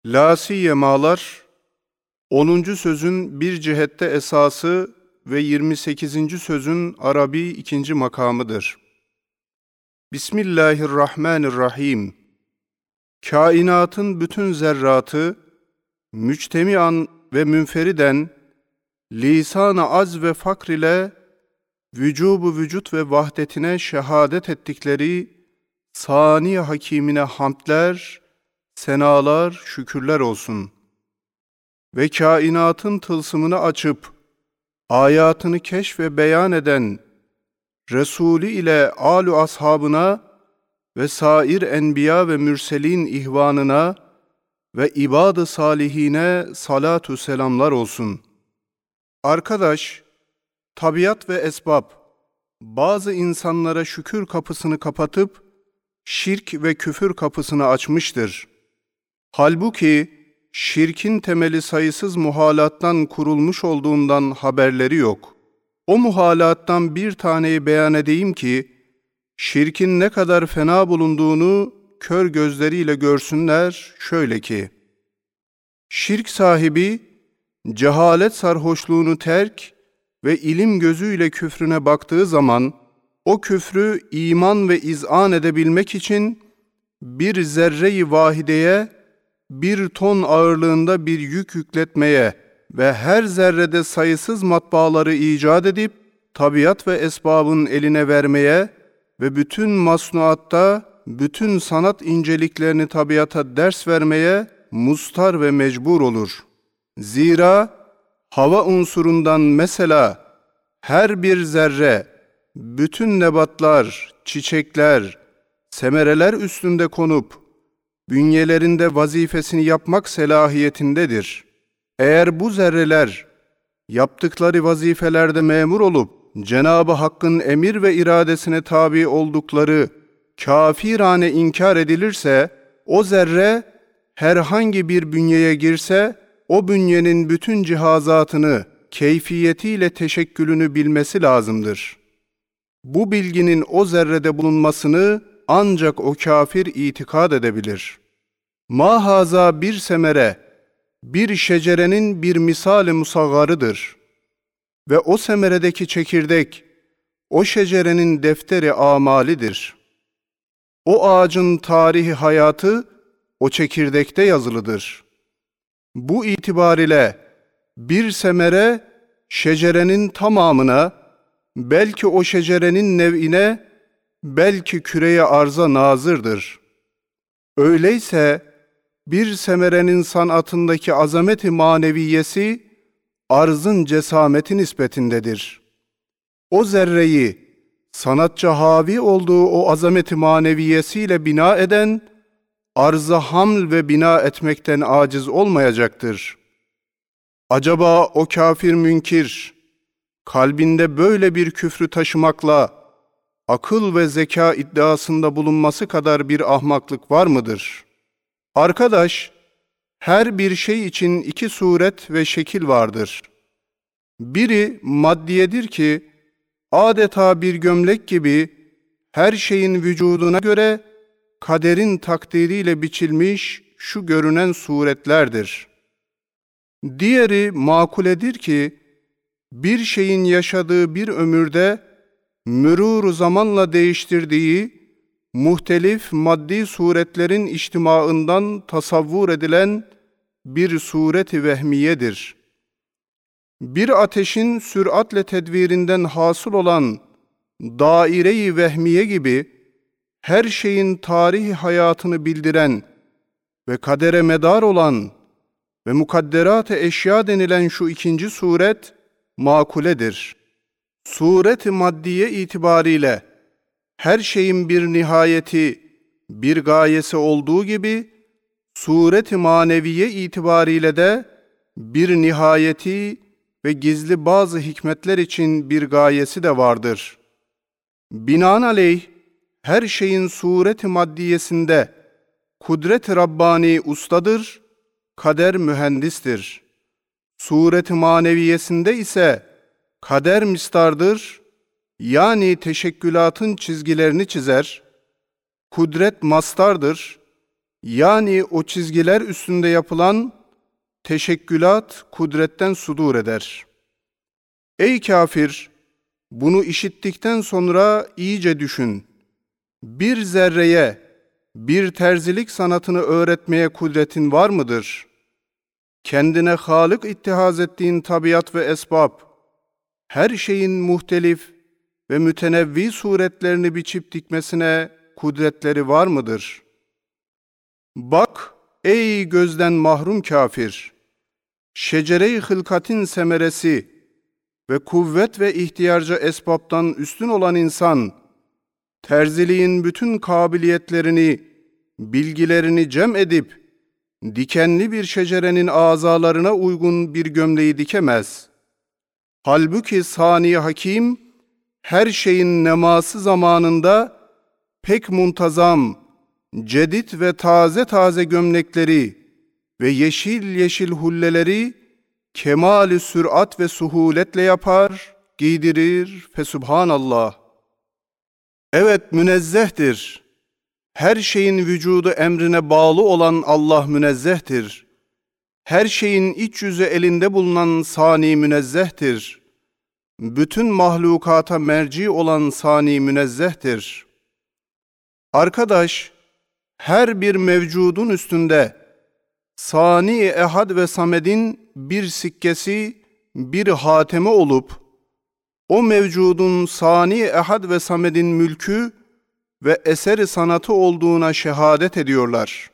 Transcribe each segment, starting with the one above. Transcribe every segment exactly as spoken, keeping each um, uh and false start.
La siyemalar, onuncu sözün bir cihette esası ve yirmi sekizinci sözün Arabi ikinci makamıdır. Bismillahirrahmanirrahim. Kainatın bütün zerratı, müctemian ve münferiden, lisan-ı az ve fakr ile vücubu vücut ve vahdetine şehadet ettikleri sani hakimine hamdler, senalar, şükürler olsun. Ve kainatın tılsımını açıp, ayatını keşf ve beyan eden Resulü ile âlu ashabına ve sair enbiya ve mürselin ihvanına ve ibad-ı salihine salatu selamlar olsun. Arkadaş, tabiat ve esbab, bazı insanlara şükür kapısını kapatıp, şirk ve küfür kapısını açmıştır. Halbuki, şirkin temeli sayısız muhalattan kurulmuş olduğundan haberleri yok. O muhalattan bir taneyi beyan edeyim ki, şirkin ne kadar fena bulunduğunu kör gözleriyle görsünler şöyle ki, şirk sahibi, cehalet sarhoşluğunu terk ve ilim gözüyle küfrüne baktığı zaman, o küfrü iman ve izan edebilmek için bir zerre-i vahideye, bir ton ağırlığında bir yük yükletmeye ve her zerrede sayısız matbaaları icat edip, tabiat ve esbabın eline vermeye ve bütün masnuatta, bütün sanat inceliklerini tabiata ders vermeye mustar ve mecbur olur. Zira hava unsurundan mesela her bir zerre, bütün nebatlar, çiçekler, semereler üstünde konup, bünyelerinde vazifesini yapmak selahiyetindedir. Eğer bu zerreler, yaptıkları vazifelerde memur olup, Cenab-ı Hakk'ın emir ve iradesine tabi oldukları kafirane inkar edilirse, o zerre herhangi bir bünyeye girse, o bünyenin bütün cihazatını, keyfiyetiyle teşekkülünü bilmesi lazımdır. Bu bilginin o zerrede bulunmasını ancak o kafir itikad edebilir. Mahaza bir semere, bir şecerenin bir misal-i musaggarıdır. Ve o semeredeki çekirdek, o şecerenin defteri amalidir. O ağacın tarihi hayatı, o çekirdekte yazılıdır. Bu itibar ile bir semere, şecerenin tamamına, belki o şecerenin nev'ine, belki küreye arza nazırdır. Öyleyse, bir semerenin sanatındaki azameti maneviyesi, arzın cesameti nispetindedir. O zerreyi, sanatça havi olduğu o azameti maneviyesiyle bina eden, arza haml ve bina etmekten aciz olmayacaktır. Acaba o kafir münkir, kalbinde böyle bir küfrü taşımakla, akıl ve zeka iddiasında bulunması kadar bir ahmaklık var mıdır? Arkadaş, her bir şey için iki suret ve şekil vardır. Biri maddiyedir ki, adeta bir gömlek gibi her şeyin vücuduna göre kaderin takdiriyle biçilmiş şu görünen suretlerdir. Diğeri makuledir ki, bir şeyin yaşadığı bir ömürde mürûr zamanla değiştirdiği muhtelif maddi suretlerin içtimaından tasavvur edilen bir sureti vehmiyedir. Bir ateşin süratle tedvirinden hasıl olan daire-i vehmiye gibi her şeyin tarihi hayatını bildiren ve kadere medar olan ve mukadderat-ı eşya denilen şu ikinci suret makuledir. Suret-i maddiye itibariyle her şeyin bir nihayeti, bir gayesi olduğu gibi, suret-i maneviye itibariyle de bir nihayeti ve gizli bazı hikmetler için bir gayesi de vardır. Binaenaleyh, her şeyin suret-i maddiyesinde kudret-i Rabbani ustadır, kader mühendistir. Suret-i maneviyesinde ise kader mistardır, yani teşekkülatın çizgilerini çizer, kudret mastardır, Yani o çizgiler üstünde yapılan teşekkülat kudretten sudur eder. Ey kafir! Bunu işittikten sonra iyice düşün. Bir zerreye, bir terzilik sanatını öğretmeye kudretin var mıdır? Kendine Halık ittihaz ettiğin tabiat ve esbab, her şeyin muhtelif ve mütenevvi suretlerini biçip dikmesine kudretleri var mıdır? Bak ey gözden mahrum kafir! Şecere-i hılkatin semeresi ve kuvvet ve ihtiyarca esbaptan üstün olan insan, terziliğin bütün kabiliyetlerini, bilgilerini cem edip, dikenli bir şecerenin azalarına uygun bir gömleği dikemez. Halbuki Sani Hakim, her şeyin neması zamanında pek muntazam, cedid ve taze taze gömlekleri ve yeşil yeşil hulleleri kemal-i sürat ve suhuletle yapar, giydirir. Fesubhanallah. Evet, münezzehtir. Her şeyin vücudu emrine bağlı olan Allah münezzehtir. Her şeyin iç yüzü elinde bulunan Sani münezzehtir. Bütün mahlukata merci olan Sani münezzehtir. Arkadaş, her bir mevcudun üstünde Sani Ehad ve Samed'in bir sikkesi, bir hatemi olup, o mevcudun Sani Ehad ve Samed'in mülkü ve eseri sanatı olduğuna şehadet ediyorlar.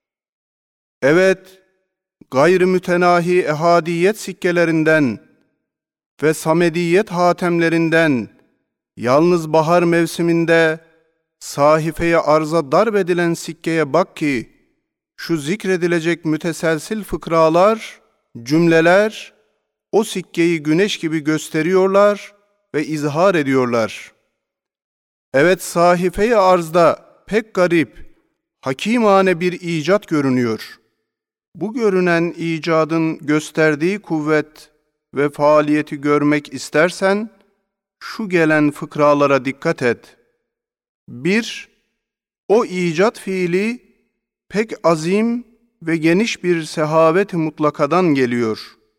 Evet, gayr-ı mütenahi ehadiyet sikkelerinden ve samediyet hatemlerinden yalnız bahar mevsiminde sahifeye arza darbedilen sikkeye bak ki, şu zikredilecek müteselsil fıkralar, cümleler, o sikkeyi güneş gibi gösteriyorlar ve izhar ediyorlar. Evet, sahife-i arzda pek garip, hakimane bir icat görünüyor. Bu görünen icadın gösterdiği kuvvet ve faaliyeti görmek istersen, şu gelen fıkralara dikkat et. Bir, o icat fiili pek azim ve geniş bir sehavet-i mutlakadan geliyor.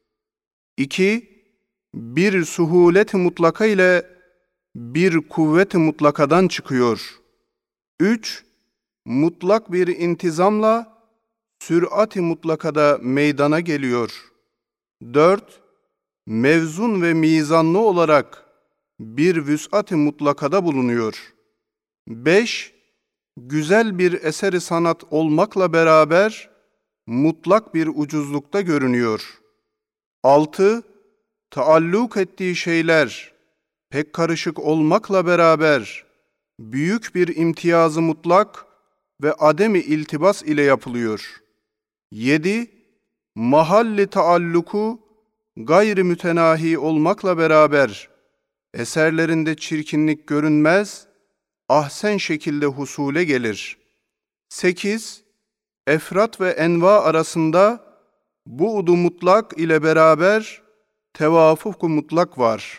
İki, bir suhulet-i mutlaka ile bir kuvvet-i mutlakadan çıkıyor. Üç, mutlak bir intizamla sürat-i mutlakada meydana geliyor. Dört, mevzun ve mizanlı olarak bir vüs'at-i mutlakada bulunuyor. Beş, güzel bir eseri sanat olmakla beraber mutlak bir ucuzlukta görünüyor. Altı, taalluk ettiği şeyler pek karışık olmakla beraber büyük bir imtiyazı mutlak ve ademi iltibas ile yapılıyor. Yedi, mahalli taalluku gayri mütenahi olmakla beraber eserlerinde çirkinlik görünmez, ahsen şekilde husule gelir. Sekiz, efrat ve enva arasında bu'du mutlak ile beraber tevafuk-u mutlak var.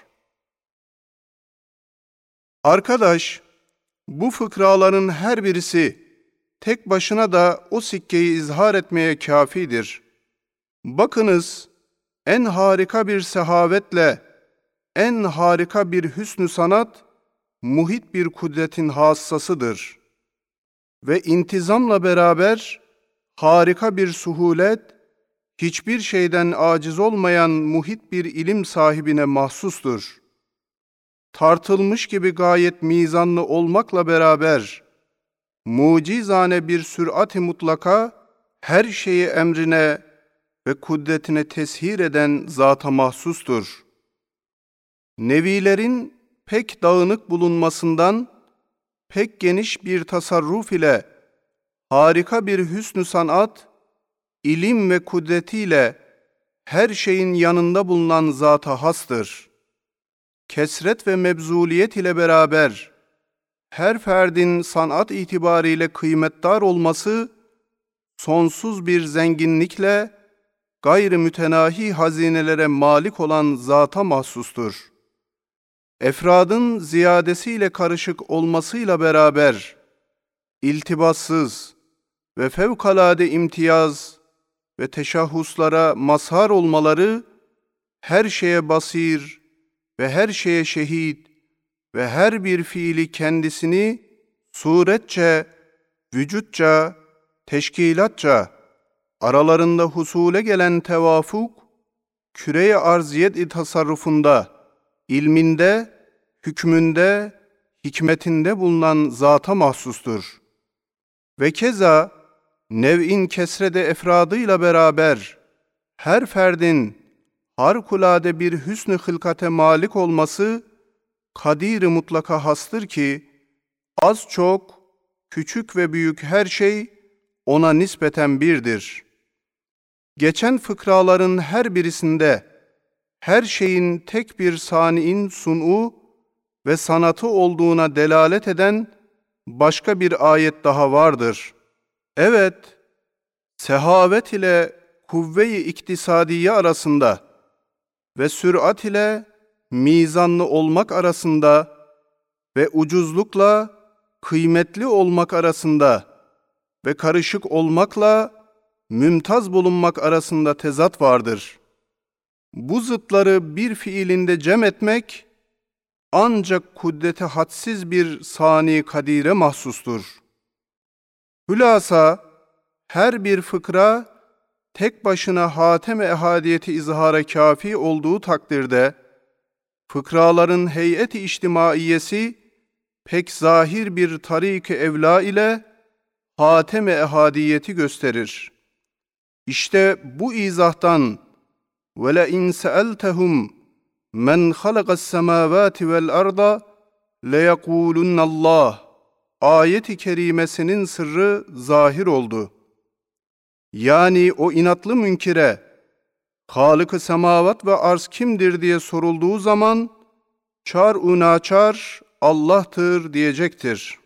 Arkadaş, bu fıkraların her birisi tek başına da o sikkeyi izhar etmeye kafidir. Bakınız, en harika bir sehavetle, en harika bir hüsnü sanat, muhit bir kudretin hassasıdır. Ve intizamla beraber harika bir suhulet, hiçbir şeyden aciz olmayan muhit bir ilim sahibine mahsustur. Tartılmış gibi gayet mizanlı olmakla beraber, mucizane bir sürat-i mutlaka, her şeyi emrine ve kudretine teshir eden zata mahsustur. Nevilerin pek dağınık bulunmasından, pek geniş bir tasarruf ile, harika bir hüsnü sanat, ilim ve kudretiyle her şeyin yanında bulunan zata hastır. Kesret ve mebzuliyet ile beraber, her ferdin sanat itibariyle kıymetdar olması, sonsuz bir zenginlikle, gayri mütenahi hazinelere malik olan zata mahsustur. Efradın ziyadesiyle karışık olmasıyla beraber, iltibassız, ve fevkalade imtiyaz ve teşahhuslara mazhar olmaları, her şeye basir ve her şeye şehit ve her bir fiili kendisini suretçe, vücutça, teşkilatça, aralarında husule gelen tevafuk, küre-i arziyet-i tasarrufunda, ilminde, hükmünde, hikmetinde bulunan zata mahsustur. Ve keza nev'in kesrede efradıyla beraber her ferdin harikulade bir hüsn-ü hılkate malik olması kadir-i mutlaka hastır ki az çok, küçük ve büyük her şey ona nispeten birdir. Geçen fıkraların her birisinde her şeyin tek bir sani'in sun'u ve sanatı olduğuna delalet eden başka bir ayet daha vardır. Evet, sehavet ile kuvve-i iktisadiye arasında ve sürat ile mizanlı olmak arasında ve ucuzlukla kıymetli olmak arasında ve karışık olmakla mümtaz bulunmak arasında tezat vardır. Bu zıtları bir fiilinde cem etmek ancak kudrete hadsiz bir sani kadire mahsustur. Hülasa her bir fıkra tek başına hatem-i ehadiyeti izhara kafi olduğu takdirde fıkraların heyet-i içtimaiyesi pek zahir bir tarik-i evla ile hatem-i ehadiyeti gösterir. İşte bu izahtan وَلَاِنْ سَأَلْتَهُمْ مَنْ خَلَقَ السَّمَاوَاتِ وَالْأَرْضَ لَيَقُولُنَّ اللّٰهِ ayet-i kerimesinin sırrı zahir oldu. Yani o inatlı münkire Halık-ı semavat ve arz kimdir diye sorulduğu zaman çar-u naçar Allah'tır diyecektir.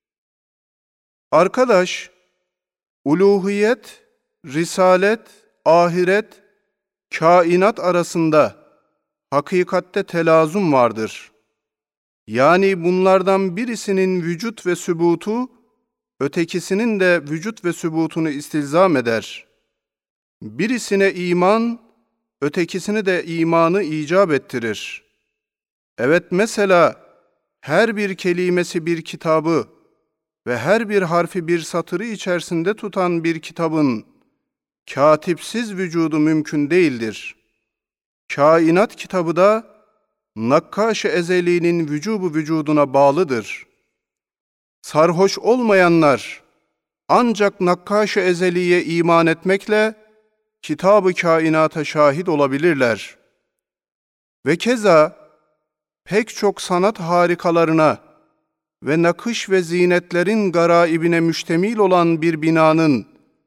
Arkadaş, uluhiyet, risalet, ahiret, kainat arasında hakikatte telazum vardır. Yani bunlardan birisinin vücut ve sübutu, ötekisinin de vücut ve sübutunu istilzam eder. Birisine iman, ötekisini de imanı icap ettirir. Evet, mesela her bir kelimesi bir kitabı ve her bir harfi bir satırı içerisinde tutan bir kitabın katipsiz vücudu mümkün değildir. Kainat kitabı da nakkaş-ı ezeliğinin vücubu vücuduna bağlıdır. Sarhoş olmayanlar ancak nakkaş-ı ezeliye iman etmekle kitab-ı kainata şahit olabilirler. Ve keza pek çok sanat harikalarına ve nakış ve zinetlerin garaibine müştemil olan bir binanın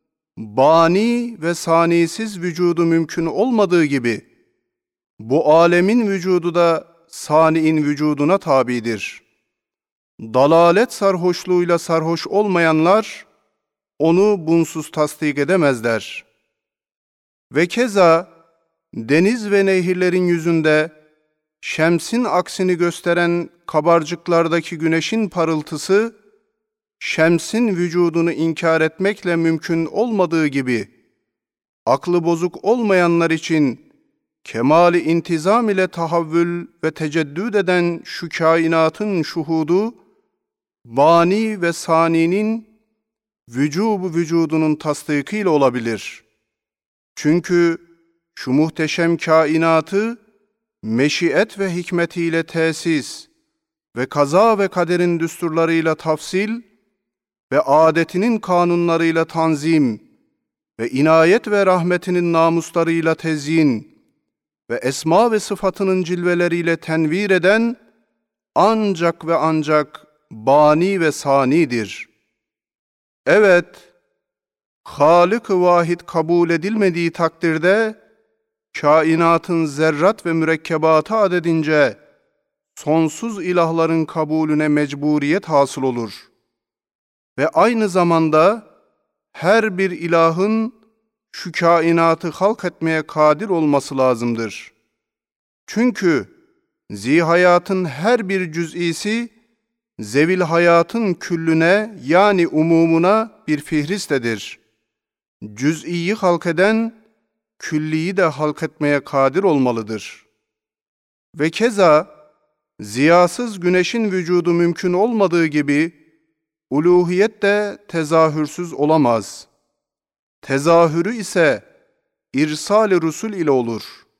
bani ve sanisiz vücudu mümkün olmadığı gibi, bu alemin vücudu da sani'in vücuduna tabidir. Dalalet sarhoşluğuyla sarhoş olmayanlar, onu bunsuz tasdik edemezler. Ve keza, deniz ve nehirlerin yüzünde, şemsin aksini gösteren kabarcıklardaki güneşin parıltısı, şemsin vücudunu inkar etmekle mümkün olmadığı gibi, aklı bozuk olmayanlar için kemali intizam ile tahavvül ve teceddüd eden şu kainatın şuhudu, bani ve saninin vücubu vücudunun tasdikıyla olabilir. Çünkü şu muhteşem kainatı meşiyet ve hikmetiyle tesis ve kaza ve kaderin düsturlarıyla tafsil ve adetinin kanunlarıyla tanzim ve inayet ve rahmetinin namuslarıyla tezyin ve esma ve sıfatının cilveleriyle tenvir eden ancak ve ancak bani ve sanidir. Evet, Halık-ı vahid kabul edilmediği takdirde kainatın zerrat ve mürekkebatı adedince sonsuz ilahların kabulüne mecburiyet hasıl olur. Ve aynı zamanda her bir ilahın şu kainatı halk etmeye kadir olması lazımdır. Çünkü zihayatın her bir cüz'isi zevil hayatın küllüne yani umumuna bir fihristedir. Cüz'iyi halk eden, külliyi de halk etmeye kadir olmalıdır. Ve keza, ziyasız güneşin vücudu mümkün olmadığı gibi, uluhiyet de tezahürsüz olamaz. Tezahürü ise irsal-i rusul ile olur.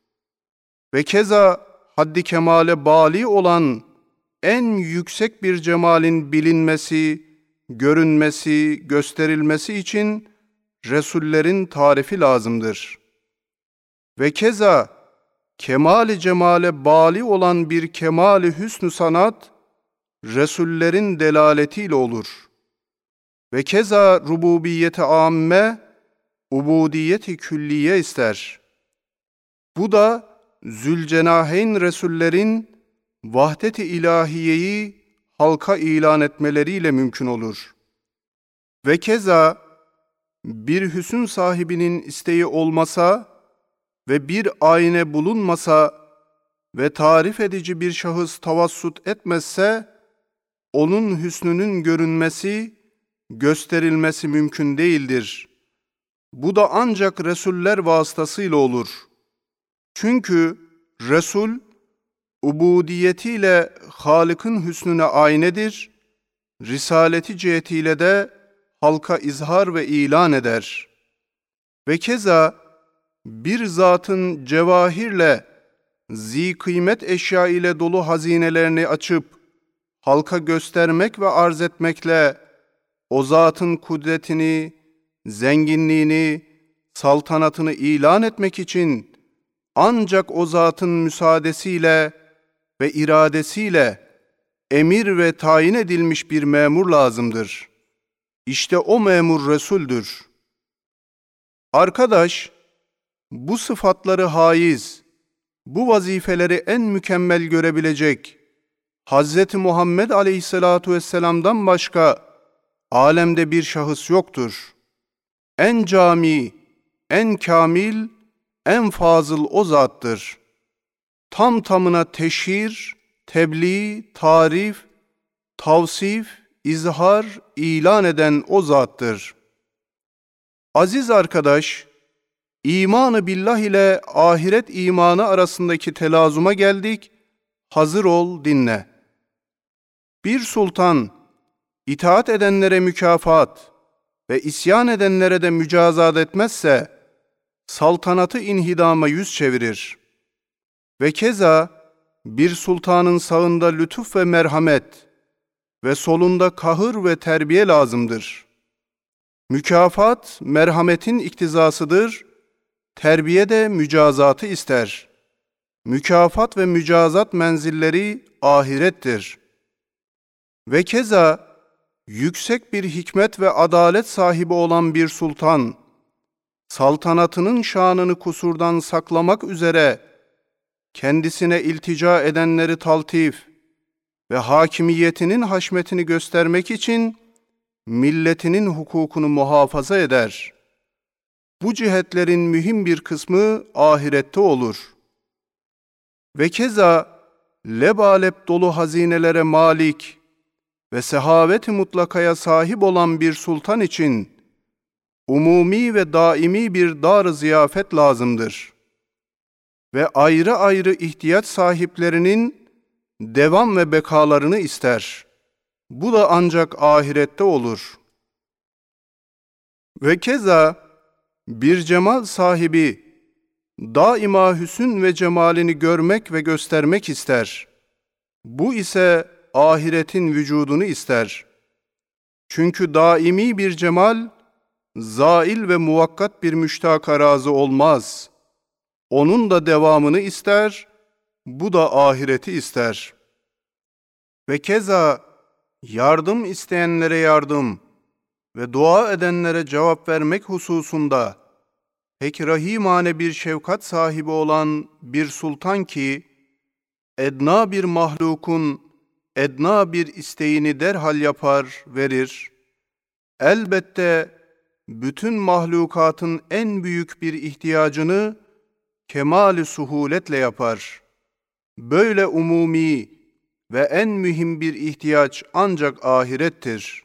Ve keza haddi kemale bâli olan en yüksek bir cemalin bilinmesi, görünmesi, gösterilmesi için Resullerin tarifi lazımdır. Ve keza kemali cemale bâli olan bir kemali hüsnü sanat, Resullerin delaletiyle olur. Ve keza rububiyeti âmme, ubudiyeti külliye ister. Bu da Zülcenaheyn Resullerin vahdet-i ilahiyeyi halka ilan etmeleriyle mümkün olur. Ve keza bir hüsn sahibinin isteği olmasa ve bir ayna bulunmasa ve tarif edici bir şahıs tavassut etmezse, onun hüsnünün görünmesi, gösterilmesi mümkün değildir. Bu da ancak Resuller vasıtasıyla olur. Çünkü Resul, ubudiyetiyle Halık'ın hüsnüne aynedir, risaleti cihetiyle de halka izhar ve ilan eder. Ve keza bir zatın cevahirle, zi kıymet eşya ile dolu hazinelerini açıp, halka göstermek ve arz etmekle, o zatın kudretini, zenginliğini, saltanatını ilan etmek için, ancak o zatın müsaadesiyle ve iradesiyle emir ve tayin edilmiş bir memur lazımdır. İşte o memur Resul'dür. Arkadaş, bu sıfatları haiz, bu vazifeleri en mükemmel görebilecek Hazreti Muhammed Aleyhisselatu Vesselam'dan başka alemde bir şahıs yoktur. En cami, en kamil, en fazıl o zattır. Tam tamına teşhir, tebliğ, tarif, tavsif, izhar, ilan eden o zattır. Aziz arkadaş, iman-ı billah ile ahiret imanı arasındaki telazuma geldik, hazır ol, dinle. Bir sultan, itaat edenlere mükafat ve isyan edenlere de mücazat etmezse, saltanatı inhidama yüz çevirir. Ve keza bir sultanın sağında lütuf ve merhamet ve solunda kahır ve terbiye lazımdır. Mükafat merhametin iktizasıdır, terbiye de mücazatı ister. Mükafat ve mücazat menzilleri ahirettir. Ve keza yüksek bir hikmet ve adalet sahibi olan bir sultan, saltanatının şanını kusurdan saklamak üzere kendisine iltica edenleri taltif ve hakimiyetinin haşmetini göstermek için milletinin hukukunu muhafaza eder. Bu cihetlerin mühim bir kısmı ahirette olur. Ve keza lebalep dolu hazinelere malik ve sehavet-i mutlakaya sahip olan bir sultan için umumi ve daimi bir dar-ı ziyafet lazımdır. Ve ayrı ayrı ihtiyaç sahiplerinin devam ve bekalarını ister. Bu da ancak ahirette olur. Ve keza bir cemal sahibi daima hüsn ve cemalini görmek ve göstermek ister. Bu ise ahiretin vücudunu ister. Çünkü daimi bir cemal, zail ve muvakkat bir müştaka razı olmaz. Onun da devamını ister, bu da ahireti ister. Ve keza yardım isteyenlere yardım ve dua edenlere cevap vermek hususunda pek rahimane bir şefkat sahibi olan bir sultan ki, edna bir mahlukun edna bir isteğini derhal yapar, verir. Elbette bütün mahlukatın en büyük bir ihtiyacını kemal-i suhuletle yapar. Böyle umumi ve en mühim bir ihtiyaç ancak ahirettir.